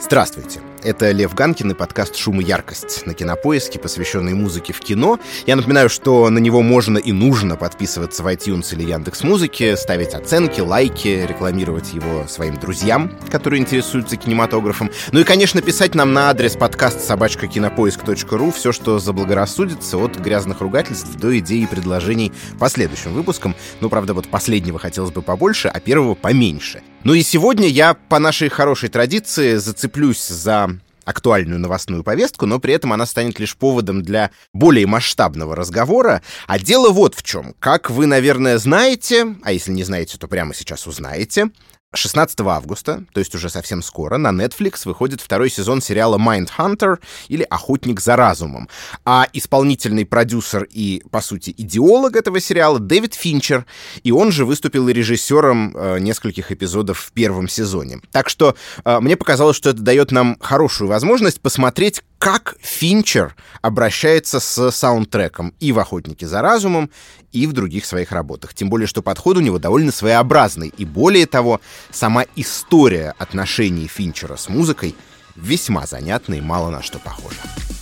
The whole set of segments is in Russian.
Здравствуйте, это Лев Ганкин и подкаст «Шум и яркость» на Кинопоиске, посвященный музыке в кино. Я напоминаю, что на него можно и нужно подписываться в iTunes или Яндекс.Музыке, ставить оценки, лайки, рекламировать его своим друзьям, которые интересуются кинематографом. Ну и, конечно, писать нам на адрес подкаст@кинопоиск.ру все, что заблагорассудится, от грязных ругательств до идей и предложений по следующим выпускам. Ну, правда, вот последнего хотелось бы побольше, а первого поменьше. Ну и сегодня я, по нашей хорошей традиции, зацеплюсь за актуальную новостную повестку, но при этом она станет лишь поводом для более масштабного разговора. А дело вот в чем. Как вы, наверное, знаете, а если не знаете, то прямо сейчас узнаете, 16 августа, то есть уже совсем скоро, на Netflix выходит второй сезон сериала «Mindhunter» или «Охотник за разумом». А исполнительный продюсер и, по сути, идеолог этого сериала Дэвид Финчер, и он же выступил и режиссером нескольких эпизодов в первом сезоне. Так что мне показалось, что это дает нам хорошую возможность посмотреть, как Финчер обращается с саундтреком и в «Охотнике за разумом», и в других своих работах. Тем более, что подход у него довольно своеобразный. И более того, сама история отношений Финчера с музыкой весьма занятна и мало на что похожа.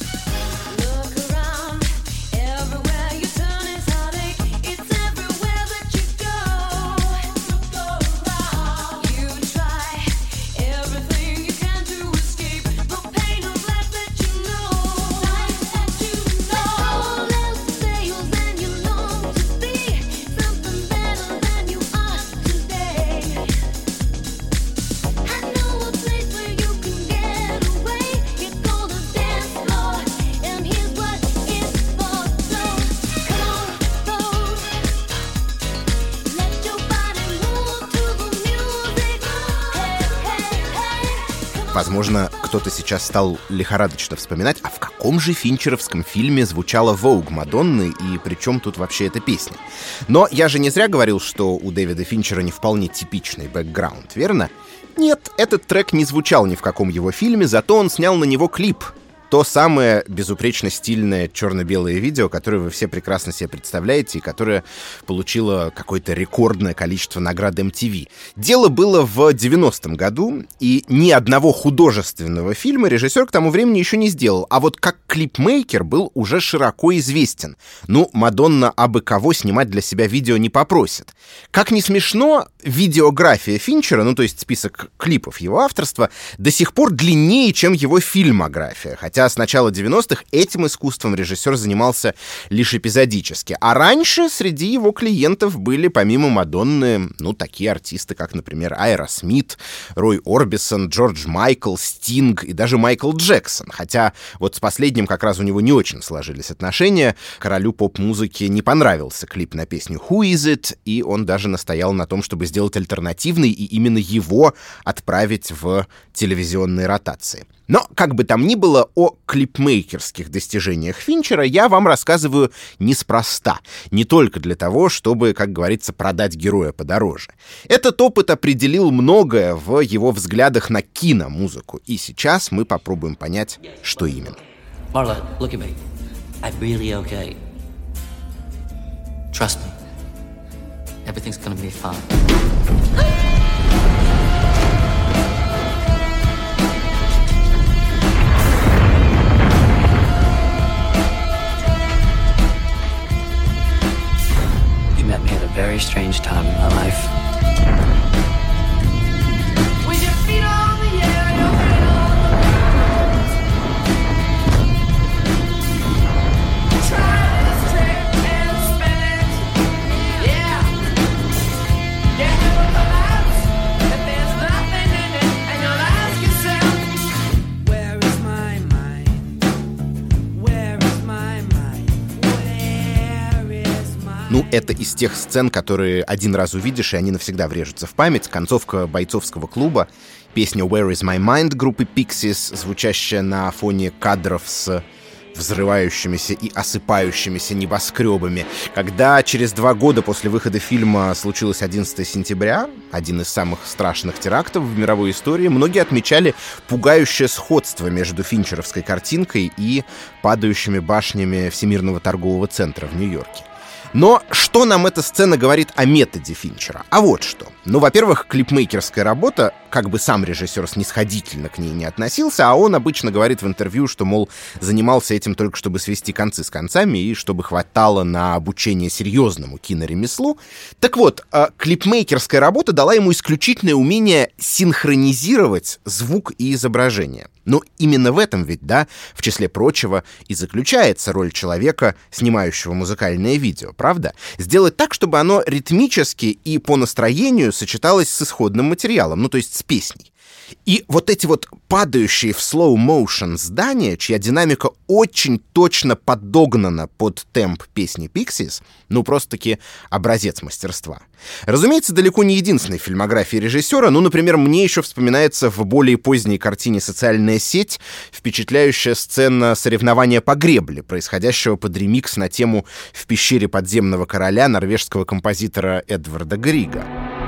Возможно, кто-то сейчас стал лихорадочно вспоминать, а в каком же финчеровском фильме звучала «Vogue» Мадонны, и при чем тут вообще эта песня? Но я же не зря говорил, что у Дэвида Финчера не вполне типичный бэкграунд, верно? Нет, этот трек не звучал ни в каком его фильме, зато он снял на него клип. То самое безупречно стильное черно-белое видео, которое вы все прекрасно себе представляете и которое получило какое-то рекордное количество наград MTV. Дело было в 90-м году, и ни одного художественного фильма режиссер к тому времени еще не сделал, а вот как клипмейкер был уже широко известен. Ну, Мадонна абы кого снимать для себя видео не попросит. Как ни смешно, видеография Финчера, ну то есть список клипов его авторства, до сих пор длиннее, чем его фильмография, хотя с начала 90-х этим искусством режиссер занимался лишь эпизодически. А раньше среди его клиентов были, помимо Мадонны, ну, такие артисты, как, например, Аэросмит, Рой Орбисон, Джордж Майкл, Стинг и даже Майкл Джексон. Хотя вот с последним как раз у него не очень сложились отношения. Королю поп-музыки не понравился клип на песню «Who is it?», и он даже настоял на том, чтобы сделать альтернативный и именно его отправить в телевизионные ротации. Но, как бы там ни было, о клипмейкерских достижениях Финчера я вам рассказываю неспроста. Не только для того, чтобы, как говорится, продать героя подороже. Этот опыт определил многое в его взглядах на киномузыку. И сейчас мы попробуем понять, что именно. Marla, look at me. I'm really okay. Trust me. Everything's gonna be fine. Very strange time in my life. With your feet on the air, your head on the ground. Try this trick and spin it. Yeah. Yeah, never collapse. If there's nothing in it, and you'll ask yourself, where is my mind? Where is my mind? Where is my... Ну, это из тех сцен, которые один раз увидишь, и они навсегда врежутся в память. Концовка бойцовского клуба, песня «Where is my mind» группы Pixies, звучащая на фоне кадров с взрывающимися и осыпающимися небоскребами. Когда через 2 года после выхода фильма случилось 11 сентября, один из самых страшных терактов в мировой истории, многие отмечали пугающее сходство между финчеровской картинкой и падающими башнями Всемирного торгового центра в Нью-Йорке. Но что нам эта сцена говорит о методе Финчера? А вот что. Ну, во-первых, клипмейкерская работа, как бы сам режиссер снисходительно к ней не относился, а он обычно говорит в интервью, что, мол, занимался этим только чтобы свести концы с концами и чтобы хватало на обучение серьезному киноремеслу. Так вот, клипмейкерская работа дала ему исключительное умение синхронизировать звук и изображение. Но именно в этом ведь, да, в числе прочего, и заключается роль человека, снимающего музыкальное видео, правда? Сделать так, чтобы оно ритмически и по настроению сочеталось с исходным материалом, ну, то есть с песней. И вот эти вот падающие в slow-motion здания, чья динамика очень точно подогнана под темп песни Pixies, ну, просто-таки образец мастерства. Разумеется, далеко не единственной в фильмографии режиссера. Ну, например, мне еще вспоминается в более поздней картине «Социальная сеть» впечатляющая сцена соревнования по гребле, происходящего под ремикс на тему «В пещере подземного короля» норвежского композитора Эдварда Грига.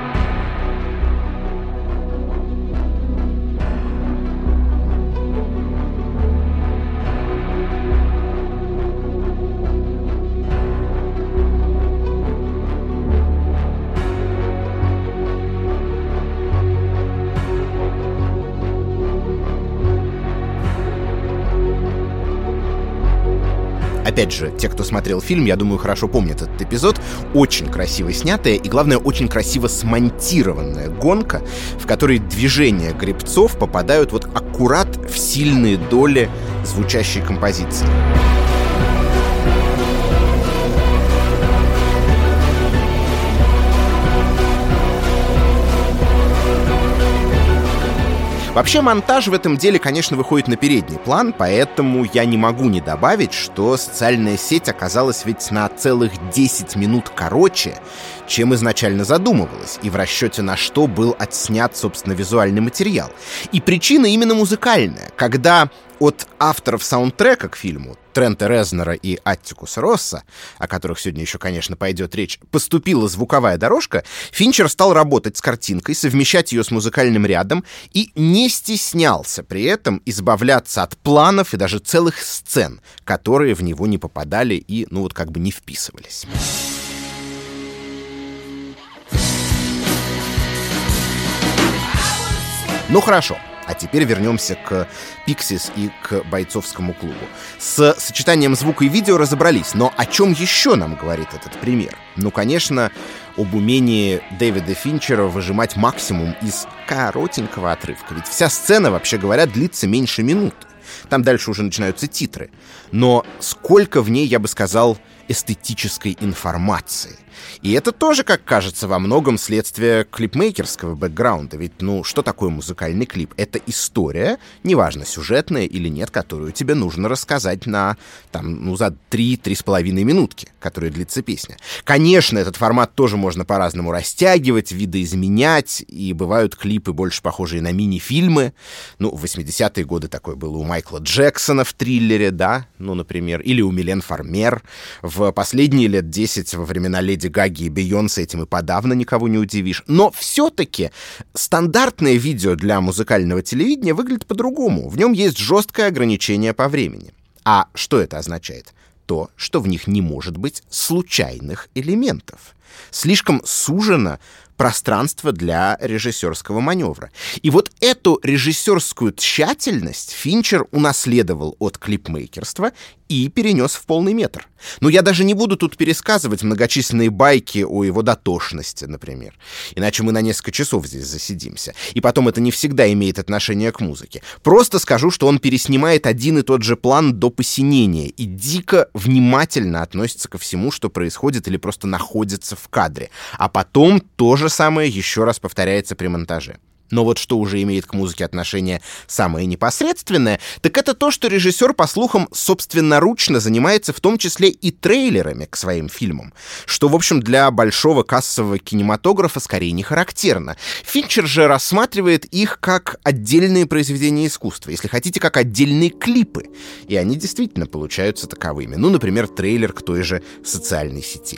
Опять же, те, кто смотрел фильм, я думаю, хорошо помнят этот эпизод. Очень красиво снятая и, главное, очень красиво смонтированная гонка, в которой движения гребцов попадают вот аккурат в сильные доли звучащей композиции. Вообще, монтаж в этом деле, конечно, выходит на передний план, поэтому я не могу не добавить, что «Социальная сеть» оказалась ведь на целых 10 минут короче, чем изначально задумывалось, и в расчете на что был отснят, собственно, визуальный материал. И причина именно музыкальная, когда от авторов саундтрека к фильму Трента Резнора и Аттикуса Росса, о которых сегодня еще, конечно, пойдет речь, поступила звуковая дорожка, Финчер стал работать с картинкой, совмещать ее с музыкальным рядом и не стеснялся при этом избавляться от планов и даже целых сцен, которые в него не попадали и, ну вот, как бы не вписывались. Ну хорошо. А теперь вернемся к Pixies и к бойцовскому клубу. С сочетанием звука и видео разобрались, но о чем еще нам говорит этот пример? Ну, конечно, об умении Дэвида Финчера выжимать максимум из коротенького отрывка. Ведь вся сцена, вообще говоря, длится меньше минуты. Там дальше уже начинаются титры. Но сколько в ней, я бы сказал, эстетической информации. И это тоже, как кажется, во многом следствие клипмейкерского бэкграунда. Ведь, ну, что такое музыкальный клип? Это история, неважно, сюжетная или нет, которую тебе нужно рассказать на, там, ну, за 3-3,5 минутки, которые длится песня. Конечно, этот формат тоже можно по-разному растягивать, видоизменять, и бывают клипы, больше похожие на мини-фильмы. Ну, в 80-е годы такое было у Майкла Джексона в «Триллере», да, ну, например, или у Милен Фармер. В последние лет 10 во времена Леди Гаги и Бейонсе этим и подавно никого не удивишь. Но все-таки стандартное видео для музыкального телевидения выглядит по-другому. В нем есть жесткое ограничение по времени. А что это означает? То, что в них не может быть случайных элементов. Слишком сужено пространство для режиссерского маневра. И вот эту режиссерскую тщательность Финчер унаследовал от клипмейкерства и перенес в полный метр. Но я даже не буду тут пересказывать многочисленные байки о его дотошности, например. Иначе мы на несколько часов здесь засидимся. И потом это не всегда имеет отношение к музыке. Просто скажу, что он переснимает один и тот же план до посинения и дико внимательно относится ко всему, что происходит или просто находится в кадре. А потом то же самое еще раз повторяется при монтаже. Но вот что уже имеет к музыке отношение самое непосредственное, так это то, что режиссер, по слухам, собственноручно занимается в том числе и трейлерами к своим фильмам, что, в общем, для большого кассового кинематографа скорее не характерно. Финчер же рассматривает их как отдельные произведения искусства, если хотите, как отдельные клипы, и они действительно получаются таковыми. Ну, например, трейлер к той же «Социальной сети».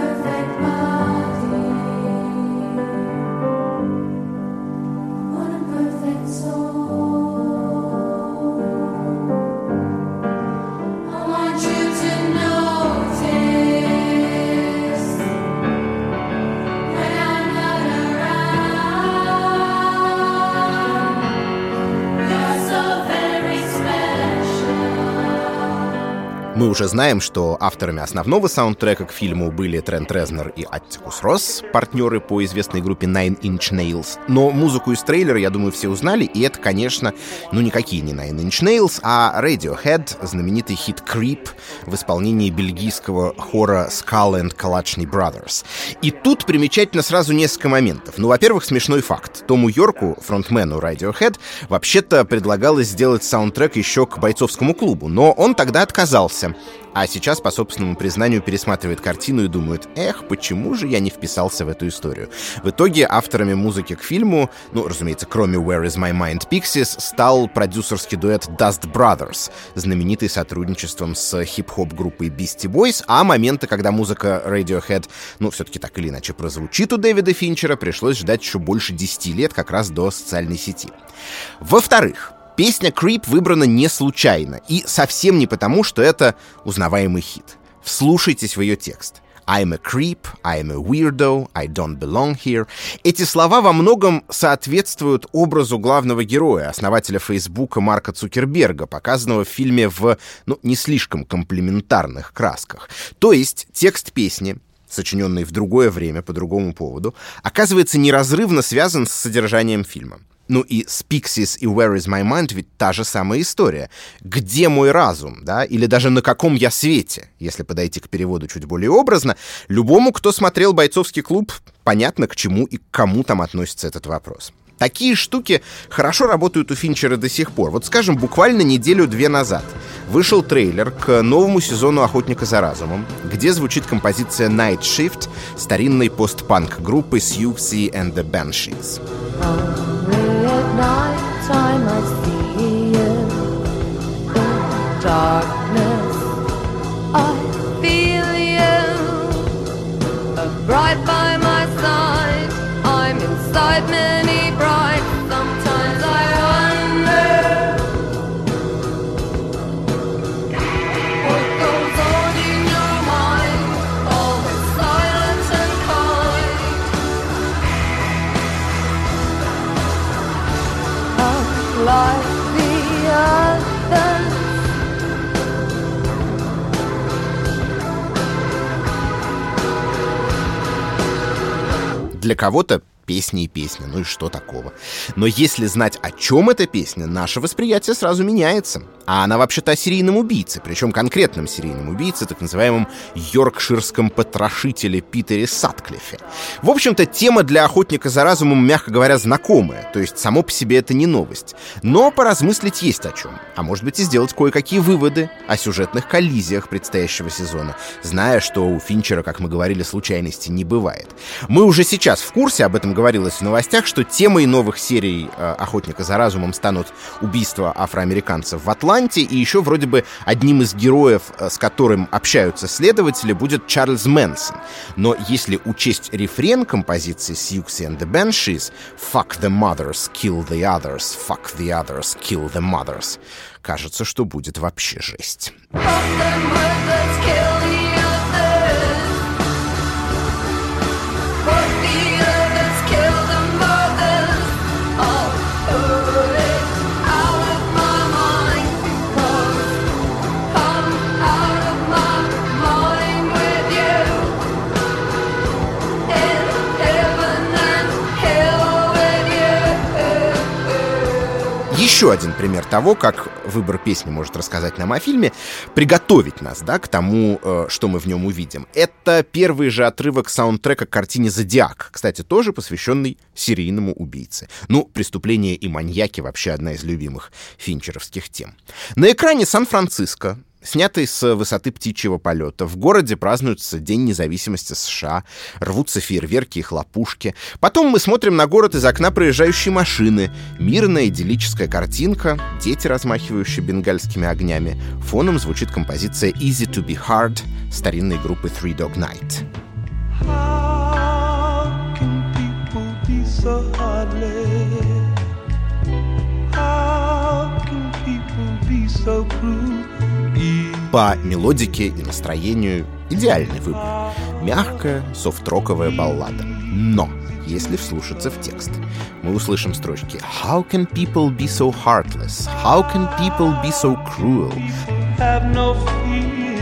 One Мы уже знаем, что авторами основного саундтрека к фильму были Трент Резнор и Аттикус Росс, партнеры по известной группе Nine Inch Nails. Но музыку из трейлера, я думаю, все узнали, и это, конечно, никакие не Nine Inch Nails, а Radiohead, знаменитый хит «Creep» в исполнении бельгийского хора Skull and Kalachny Brothers. И тут примечательно сразу несколько моментов. Во-первых, смешной факт. Тому Йорку, фронтмену Radiohead, вообще-то предлагалось сделать саундтрек еще к «Бойцовскому клубу», но он тогда отказался. А сейчас, по собственному признанию, пересматривает картину и думает: почему же я не вписался в эту историю? В итоге авторами музыки к фильму, разумеется, кроме Where Is My Mind Pixies, стал продюсерский дуэт Dust Brothers, знаменитый сотрудничеством с хип-хоп группой Beastie Boys, а моменты, когда музыка Radiohead, все-таки так или иначе прозвучит у Дэвида Финчера, пришлось ждать еще больше 10 лет, как раз до социальной сети. Во-вторых, песня «Creep» выбрана не случайно, и совсем не потому, что это узнаваемый хит. Вслушайтесь в ее текст. I'm a creep, I'm a weirdo, I don't belong here. Эти слова во многом соответствуют образу главного героя, основателя Фейсбука Марка Цукерберга, показанного в фильме в, не слишком комплиментарных красках. То есть текст песни, сочиненный в другое время, по другому поводу, оказывается неразрывно связан с содержанием фильма. И с Pixies и Where Is My Mind ведь та же самая история. Где мой разум, да? Или даже на каком я свете, если подойти к переводу чуть более образно. Любому, кто смотрел «Бойцовский клуб», понятно, к чему и к кому там относится этот вопрос. Такие штуки хорошо работают у Финчера до сих пор. Скажем, буквально неделю-две назад вышел трейлер к новому сезону «Охотника за разумом», где звучит композиция «Night Shift» старинной постпанк группы Siouxsie and the Banshees. Night time I see you in darkness. I feel you, bright by my side. I'm inside many bright. Sometimes I wonder what goes on in your mind. Always silent and kind. Like the others. Для кого-то песня и песня, и что такого? Но если знать, о чем эта песня, наше восприятие сразу меняется. А она вообще-то о серийном убийце, причем конкретном серийном убийце, так называемом йоркширском потрошителе Питере Сатклиффе. В общем-то, тема для «Охотника за разумом», мягко говоря, знакомая, то есть само по себе это не новость. Но поразмыслить есть о чем. А может быть и сделать кое-какие выводы о сюжетных коллизиях предстоящего сезона, зная, что у Финчера, как мы говорили, случайностей не бывает. Мы уже сейчас в курсе, об этом говорилось в новостях, что темой новых серий «Охотника за разумом» станут убийства афроамериканцев в Атланте, и еще вроде бы одним из героев, с которым общаются следователи, будет Чарльз Мэнсон. Но если учесть рефрен композиции Siouxsie and the Banshees «Fuck the mothers, kill the others, fuck the others, kill the mothers», кажется, что будет вообще жесть. Еще один пример того, как выбор песни может рассказать нам о фильме, приготовить нас, к тому, что мы в нем увидим. Это первый же отрывок саундтрека к картине «Зодиак», кстати, тоже посвященный серийному убийце. Преступления и маньяки — вообще одна из любимых финчеровских тем. На экране Сан-Франциско, снятый с высоты птичьего полета. В городе празднуется День независимости США, рвутся фейерверки и хлопушки. Потом мы смотрим на город из окна проезжающей машины. Мирная идиллическая картинка, дети, размахивающие бенгальскими огнями. Фоном звучит композиция «Easy to be hard» старинной группы Three Dog Night. How can people be so heartless? How can people be so cruel? По мелодике и настроению идеальный выбор. Мягкая, софт-роковая баллада. Но, если вслушаться в текст, мы услышим строчки «How can people be so heartless? How can people be so cruel?» Have no fear.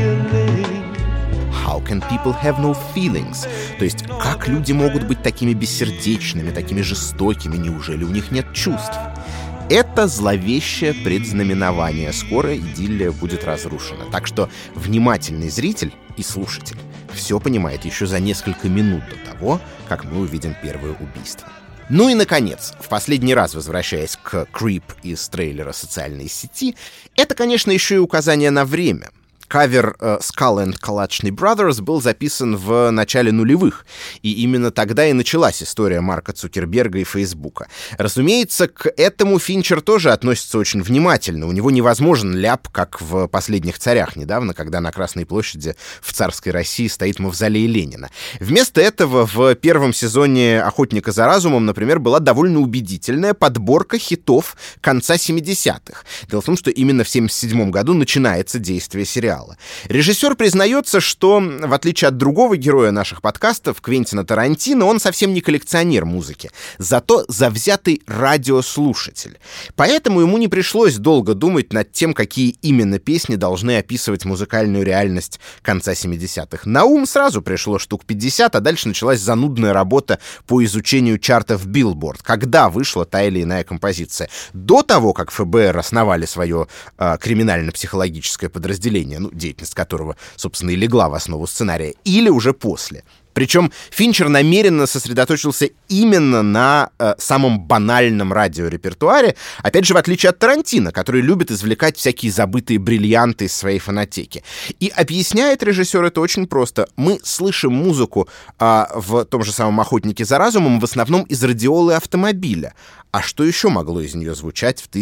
feeling. How can people have no feelings? То есть, как люди могут быть такими бессердечными, такими жестокими? Неужели у них нет чувств? Это зловещее предзнаменование. Скоро идиллия будет разрушена. Так что внимательный зритель и слушатель все понимает еще за несколько минут до того, как мы увидим первое убийство. Ну и, наконец, в последний раз возвращаясь к Creep из трейлера социальной сети, это, конечно, еще и указание на время. Кавер Skull and Kalachny Brothers был записан в начале нулевых, и именно тогда и началась история Марка Цукерберга и Фейсбука. Разумеется, к этому Финчер тоже относится очень внимательно. У него невозможен ляп, как в «Последних царях» недавно, когда на Красной площади в царской России стоит мавзолей Ленина. Вместо этого в первом сезоне «Охотника за разумом», например, была довольно убедительная подборка хитов конца 70-х. Дело в том, что именно в 1977 году начинается действие сериала. Режиссер признается, что, в отличие от другого героя наших подкастов, Квентина Тарантино, он совсем не коллекционер музыки, зато завзятый радиослушатель. Поэтому ему не пришлось долго думать над тем, какие именно песни должны описывать музыкальную реальность конца 70-х. На ум сразу пришло штук 50, а дальше началась занудная работа по изучению чартов Billboard, когда вышла та или иная композиция. До того, как ФБР основали свое криминально-психологическое подразделение, деятельность которого, собственно, и легла в основу сценария, или уже после. Причем Финчер намеренно сосредоточился именно на самом банальном радиорепертуаре, опять же, в отличие от Тарантино, который любит извлекать всякие забытые бриллианты из своей фонотеки. И объясняет режиссер это очень просто. Мы слышим музыку в том же самом «Охотнике за разумом» в основном из радиолы автомобиля. А что еще могло из нее звучать в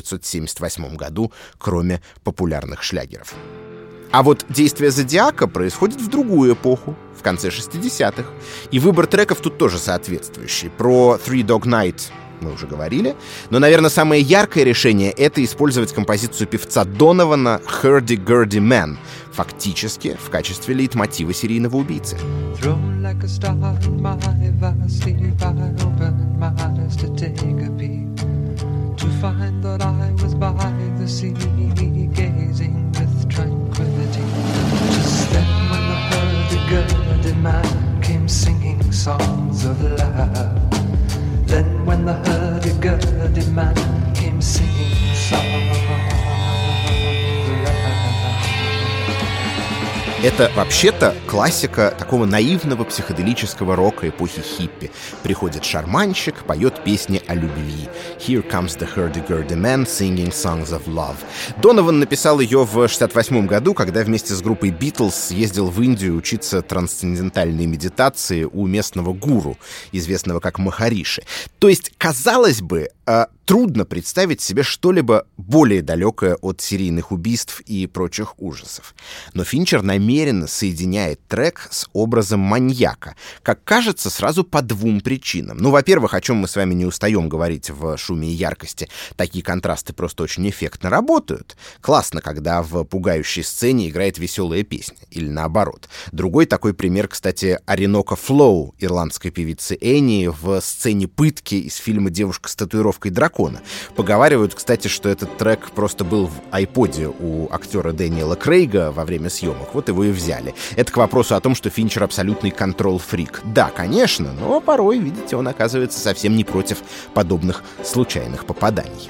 1978 году, кроме популярных шлягеров? А вот действие «Зодиака» происходит в другую эпоху, в конце 60-х. И выбор треков тут тоже соответствующий. Про Three Dog Night мы уже говорили. Но, наверное, самое яркое решение — это использовать композицию певца Донована «Hurdy Gurdy Man», фактически в качестве лейтмотива серийного убийцы. Thrown like a star in my vast sleep, I opened my eyes to take a peep, to find that I was by the sea, gazing with tranquility. Just then when the hurdy-gurdy man came singing songs of love, then when the hurdy-gurdy man came singing songs of love. Это вообще-то классика такого наивного психоделического рока эпохи хиппи. Приходит шарманщик, поет песни о любви. Here comes the hurdy-gurdy man singing songs of love. Донован написал ее в 1968 году, когда вместе с группой Beatles ездил в Индию учиться трансцендентальной медитации у местного гуру, известного как Махариши. То есть, казалось бы, трудно представить себе что-либо более далекое от серийных убийств и прочих ужасов. Но Финчер намеренно соединяет трек с образом маньяка, как кажется, сразу по двум причинам. Ну, во-первых, о чем мы с вами не устаем говорить в «Шуме и яркости», такие контрасты просто очень эффектно работают. Классно, когда в пугающей сцене играет веселая песня, или наоборот. Другой такой пример, кстати, Оренока Флоу, ирландской певицы Энни, в сцене пытки из фильма «Девушка с татуировкой дракона». Поговаривают, кстати, что этот трек просто был в айподе у актера Дэниела Крейга во время съемок. Вот его и взяли. Это к вопросу о том, что Финчер абсолютный контрол-фрик. Да, конечно, но порой, видите, он оказывается совсем не против подобных случайных попаданий.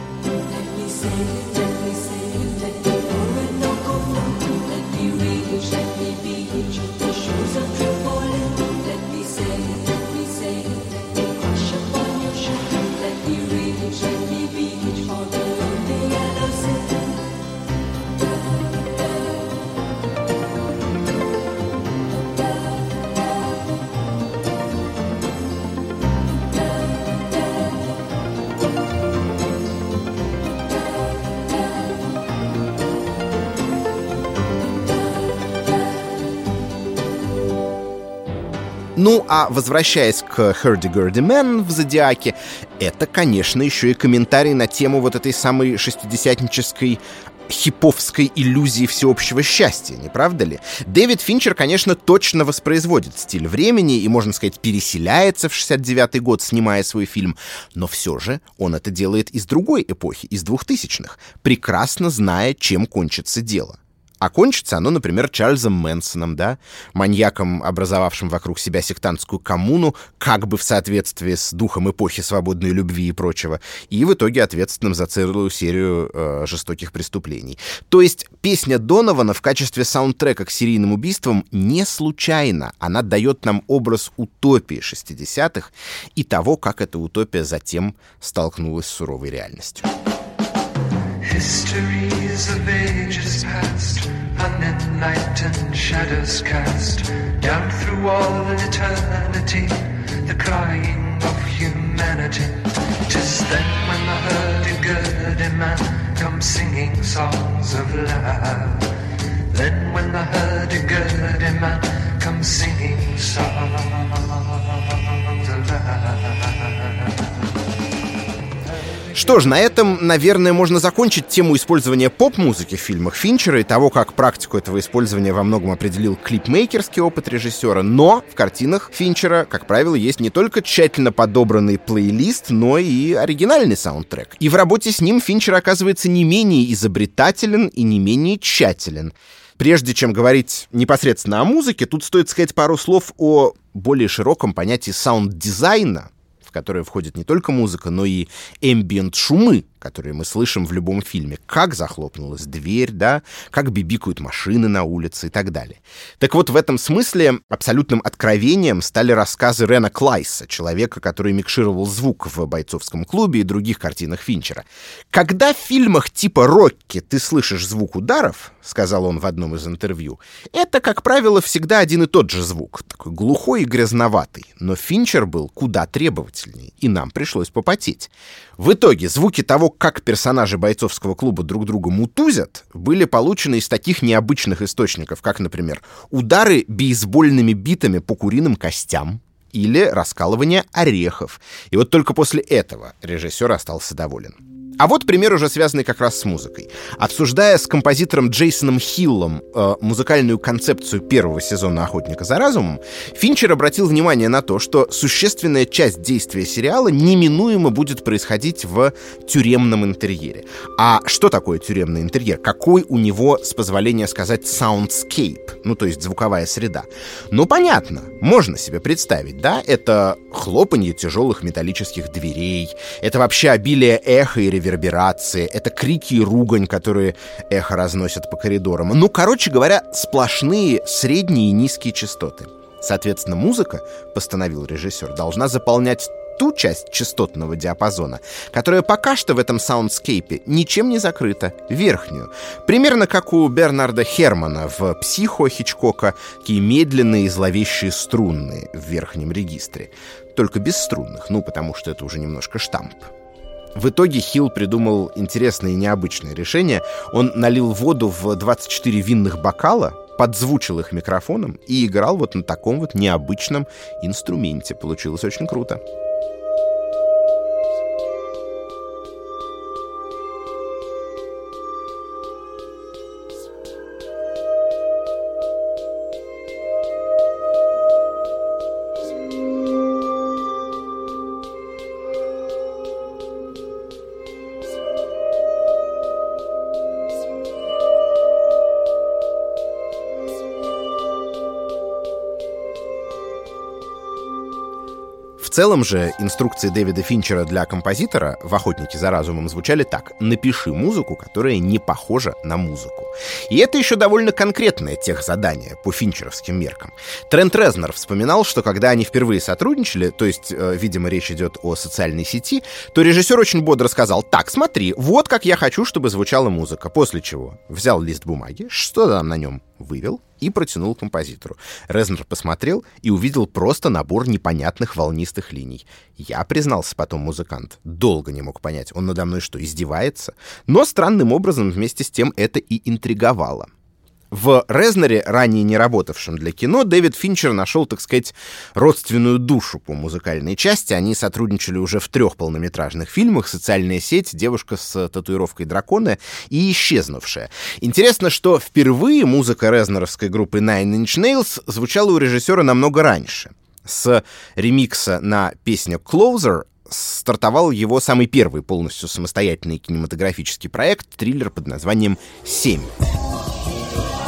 Ну, а возвращаясь к Hurdy-Gurdy Man в «Зодиаке», это, конечно, еще и комментарий на тему вот этой самой шестидесятнической хиповской иллюзии всеобщего счастья, не правда ли? Дэвид Финчер, конечно, точно воспроизводит стиль времени и, можно сказать, переселяется в 69-й год, снимая свой фильм, но все же он это делает из другой эпохи, из 2000-х, прекрасно зная, чем кончится дело. А кончится оно, например, Чарльзом Мэнсоном, да, маньяком, образовавшим вокруг себя сектантскую коммуну, как бы в соответствии с духом эпохи свободной любви и прочего, и в итоге ответственным за целую серию жестоких преступлений. То есть песня Донована в качестве саундтрека к серийным убийствам не случайна. Она дает нам образ утопии 60-х и того, как эта утопия затем столкнулась с суровой реальностью. Histories of ages past, unenlightened shadows cast down through all eternity, the crying of humanity. 'Tis then when the hurdy-gurdy man comes singing songs of love. Then when the hurdy-gurdy man comes singing songs of love. Что ж, на этом, наверное, можно закончить тему использования поп-музыки в фильмах Финчера и того, как практику этого использования во многом определил клипмейкерский опыт режиссера. Но в картинах Финчера, как правило, есть не только тщательно подобранный плейлист, но и оригинальный саундтрек. И в работе с ним Финчер оказывается не менее изобретателен и не менее тщателен. Прежде чем говорить непосредственно о музыке, тут стоит сказать пару слов о более широком понятии саунд-дизайна, в которое входит не только музыка, но и эмбиент-шумы, которые мы слышим в любом фильме. Как захлопнулась дверь, да, как бибикают машины на улице и так далее. Так вот, в этом смысле абсолютным откровением стали рассказы Рена Клайса, человека, который микшировал звук в «Бойцовском клубе» и других картинах Финчера. «Когда в фильмах типа «Рокки» ты слышишь звук ударов, — сказал он в одном из интервью, — это, как правило, всегда один и тот же звук, такой глухой и грязноватый. Но Финчер был куда требовательнее, и нам пришлось попотеть. В итоге звуки того, как персонажи «Бойцовского клуба» друг друга мутузят, были получены из таких необычных источников, как, например, удары бейсбольными битами по куриным костям или раскалывание орехов. И вот только после этого режиссер остался доволен. А вот пример, уже связанный как раз с музыкой. Обсуждая с композитором Джейсоном Хиллом музыкальную концепцию первого сезона «Охотника за разумом», Финчер обратил внимание на то, что существенная часть действия сериала неминуемо будет происходить в тюремном интерьере. А что такое тюремный интерьер? Какой у него, с позволения сказать, soundscape, ну, то есть звуковая среда? Ну, понятно, можно себе представить, да? Это хлопанье тяжелых металлических дверей, это вообще обилие эха и реверберации, это крики и ругань, которые эхо разносят по коридорам. Ну, короче говоря, сплошные средние и низкие частоты. Соответственно, музыка, постановил режиссер, должна заполнять ту часть частотного диапазона, которая пока что в этом саундскейпе ничем не закрыта, верхнюю. Примерно как у Бернарда Хермана в «Психо» Хичкока, такие медленные и зловещие струнные в верхнем регистре. Только без струнных, ну, потому что это уже немножко штамп. В итоге Хилл придумал интересное и необычное решение. Он налил воду в 24 винных бокала, подзвучил их микрофоном и играл вот на таком вот необычном инструменте. Получилось очень круто. В целом же инструкции Дэвида Финчера для композитора в «Охотнике за разумом» звучали так: напиши музыку, которая не похожа на музыку. И это еще довольно конкретное техзадание по финчеровским меркам. Трент Резнор вспоминал, что когда они впервые сотрудничали, то есть, видимо, речь идет о социальной сети, то режиссер очень бодро сказал: так, смотри, вот как я хочу, чтобы звучала музыка. После чего взял лист бумаги, что там на нем, вывел и протянул композитору. Резнор посмотрел и увидел просто набор непонятных волнистых линий. Я, признался потом музыкант, долго не мог понять, он надо мной что, издевается? Но странным образом вместе с тем это и интриговало. В Резноре, ранее не работавшем для кино, Дэвид Финчер нашел, так сказать, родственную душу по музыкальной части. Они сотрудничали уже в 3 полнометражных фильмах: «Социальная сеть», «Девушка с татуировкой дракона» и «Исчезнувшая». Интересно, что впервые музыка резноровской группы Nine Inch Nails звучала у режиссера намного раньше. С ремикса на песню «Closer» стартовал его самый первый полностью самостоятельный кинематографический проект — триллер под названием «7».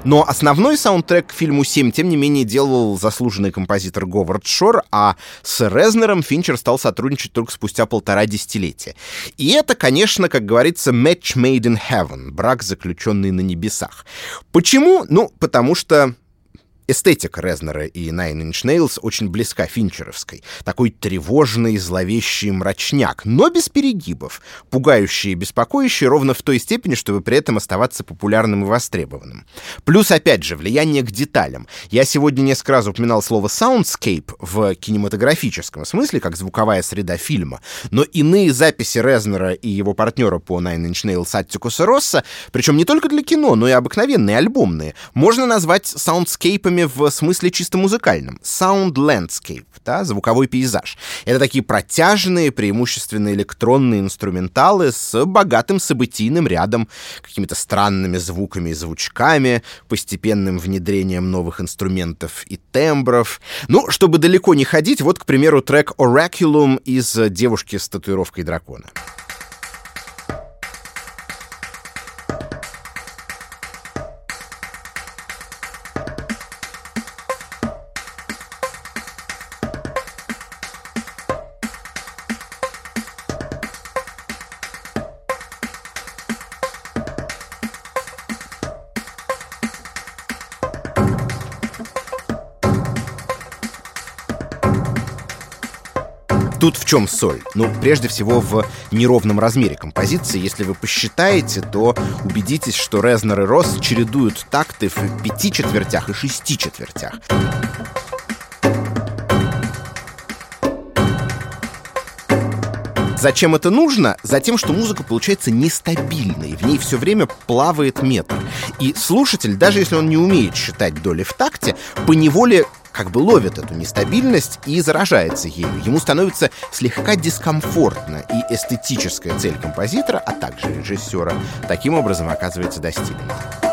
Но основной саундтрек к фильму «7», тем не менее, делал заслуженный композитор Говард Шор, а с Резнером Финчер стал сотрудничать только спустя 1,5 десятилетия. И это, конечно, как говорится, match made in heaven, брак, заключенный на небесах. Почему? Ну, потому что эстетика Резнера и Nine Inch Nails очень близка финчеровской. Такой тревожный, зловещий мрачняк, но без перегибов, пугающий и беспокоящий ровно в той степени, чтобы при этом оставаться популярным и востребованным. Плюс, опять же, влияние к деталям. Я сегодня несколько раз упоминал слово soundscape в кинематографическом смысле, как звуковая среда фильма, но иные записи Резнера и его партнера по Nine Inch Nails Аттикуса Росса, причем не только для кино, но и обыкновенные, альбомные, можно назвать саундскейпами в смысле чисто музыкальном. Sound landscape, да, звуковой пейзаж. Это такие протяжные, преимущественно электронные инструменталы с богатым событийным рядом, какими-то странными звуками и звучками, постепенным внедрением новых инструментов и тембров. Ну, чтобы далеко не ходить, вот, к примеру, трек Oraculum из «Девушки с татуировкой дракона». Тут в чем соль? Ну, прежде всего, в неровном размере композиции. Если вы посчитаете, то убедитесь, что Резнер и Росс чередуют такты в 5 четвертях и 6 четвертях. Зачем это нужно? Затем, что музыка получается нестабильной, в ней все время плавает метр. И слушатель, даже если он не умеет считать доли в такте, поневоле как бы ловит эту нестабильность и заражается ею. Ему становится слегка дискомфортно, и эстетическая цель композитора, а также режиссера, таким образом оказывается достигнута.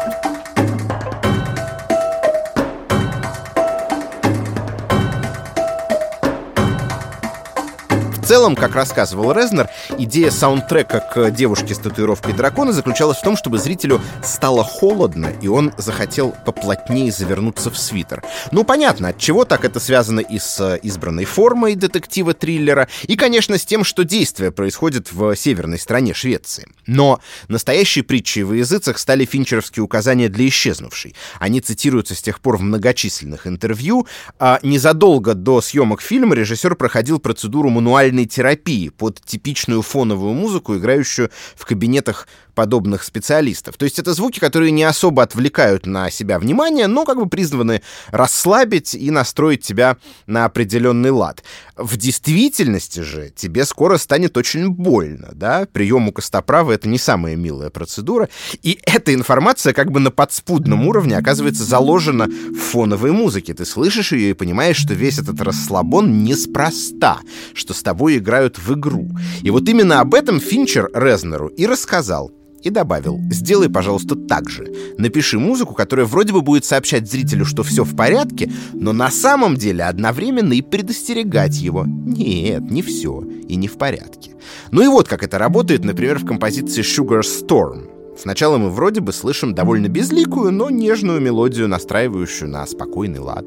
В целом, как рассказывал Резнер, идея саундтрека к «Девушке с татуировкой дракона» заключалась в том, чтобы зрителю стало холодно, и он захотел поплотнее завернуться в свитер. Ну, понятно, от чего так это связано и с избранной формой детектива-триллера, и, конечно, с тем, что действие происходит в северной стране Швеции. Но настоящей притчей во языцах стали финчеровские указания для исчезнувшей. Они цитируются с тех пор в многочисленных интервью, а незадолго до съемок фильма режиссер проходил процедуру мануальной терапии под типичную фоновую музыку, играющую в кабинетах подобных специалистов. То есть это звуки, которые не особо отвлекают на себя внимание, но как бы призваны расслабить и настроить тебя на определенный лад. В действительности же тебе скоро станет очень больно, да? Прием у костоправа — это не самая милая процедура, и эта информация как бы на подспудном уровне оказывается заложена в фоновой музыке. Ты слышишь ее и понимаешь, что весь этот расслабон неспроста, что с тобой играют в игру. И вот именно об этом Финчер Резнеру и рассказал. И добавил: сделай, пожалуйста, так же. Напиши музыку, которая вроде бы будет сообщать зрителю, что все в порядке, но на самом деле одновременно и предостерегать его. Нет, не все и не в порядке. Ну и вот как это работает, например, в композиции Sugar Storm. Сначала мы вроде бы слышим довольно безликую, но нежную мелодию, настраивающую на спокойный лад.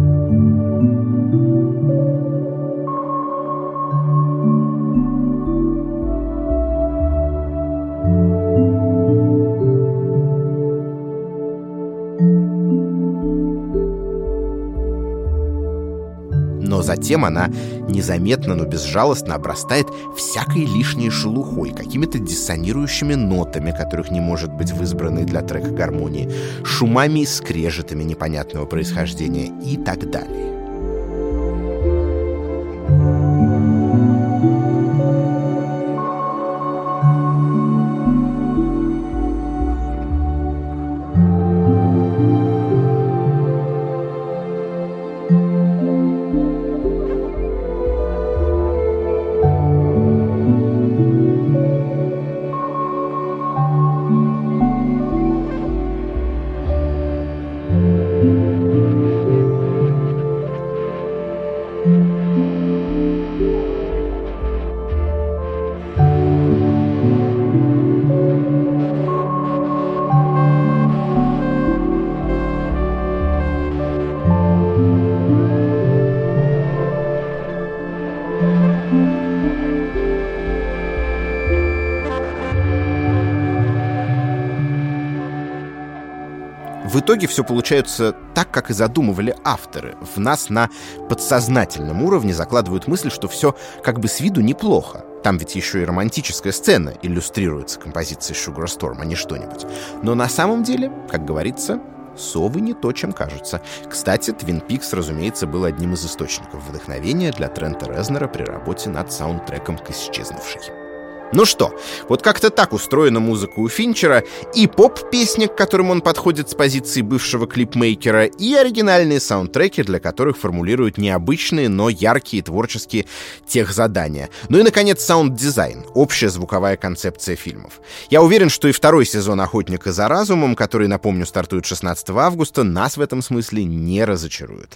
Но затем она незаметно, но безжалостно обрастает всякой лишней шелухой, какими-то диссонирующими нотами, которых не может быть в избранной для трека гармонии, шумами и скрежетами непонятного происхождения и так далее. В итоге все получается так, как и задумывали авторы. В нас на подсознательном уровне закладывают мысль, что все как бы с виду неплохо. Там ведь еще и романтическая сцена иллюстрируется композицией Sugar Storm, а не что-нибудь. Но на самом деле, как говорится, совы не то, чем кажется. Кстати, Twin Peaks, разумеется, был одним из источников вдохновения для Трента Резнора при работе над саундтреком к «Исчезнувшей». Ну что, вот как-то так устроена музыка у Финчера, и поп-песни, к которым он подходит с позиции бывшего клипмейкера, и оригинальные саундтреки, для которых формулируют необычные, но яркие творческие техзадания. Ну и, наконец, саунд-дизайн, общая звуковая концепция фильмов. Я уверен, что и второй сезон «Охотника за разумом», который, напомню, стартует 16 августа, нас в этом смысле не разочарует.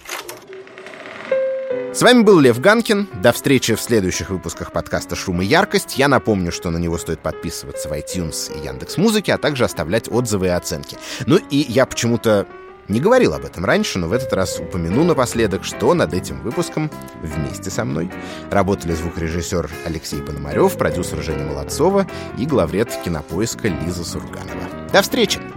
С вами был Лев Ганкин. До встречи в следующих выпусках подкаста «Шум и яркость». Я напомню, что на него стоит подписываться в iTunes и Яндекс.Музыке, а также оставлять отзывы и оценки. Ну и я почему-то не говорил об этом раньше, но в этот раз упомяну напоследок, что над этим выпуском вместе со мной работали звукорежиссер Алексей Пономарев, продюсер Женя Молодцова и главред Кинопоиска Лиза Сурганова. До встречи!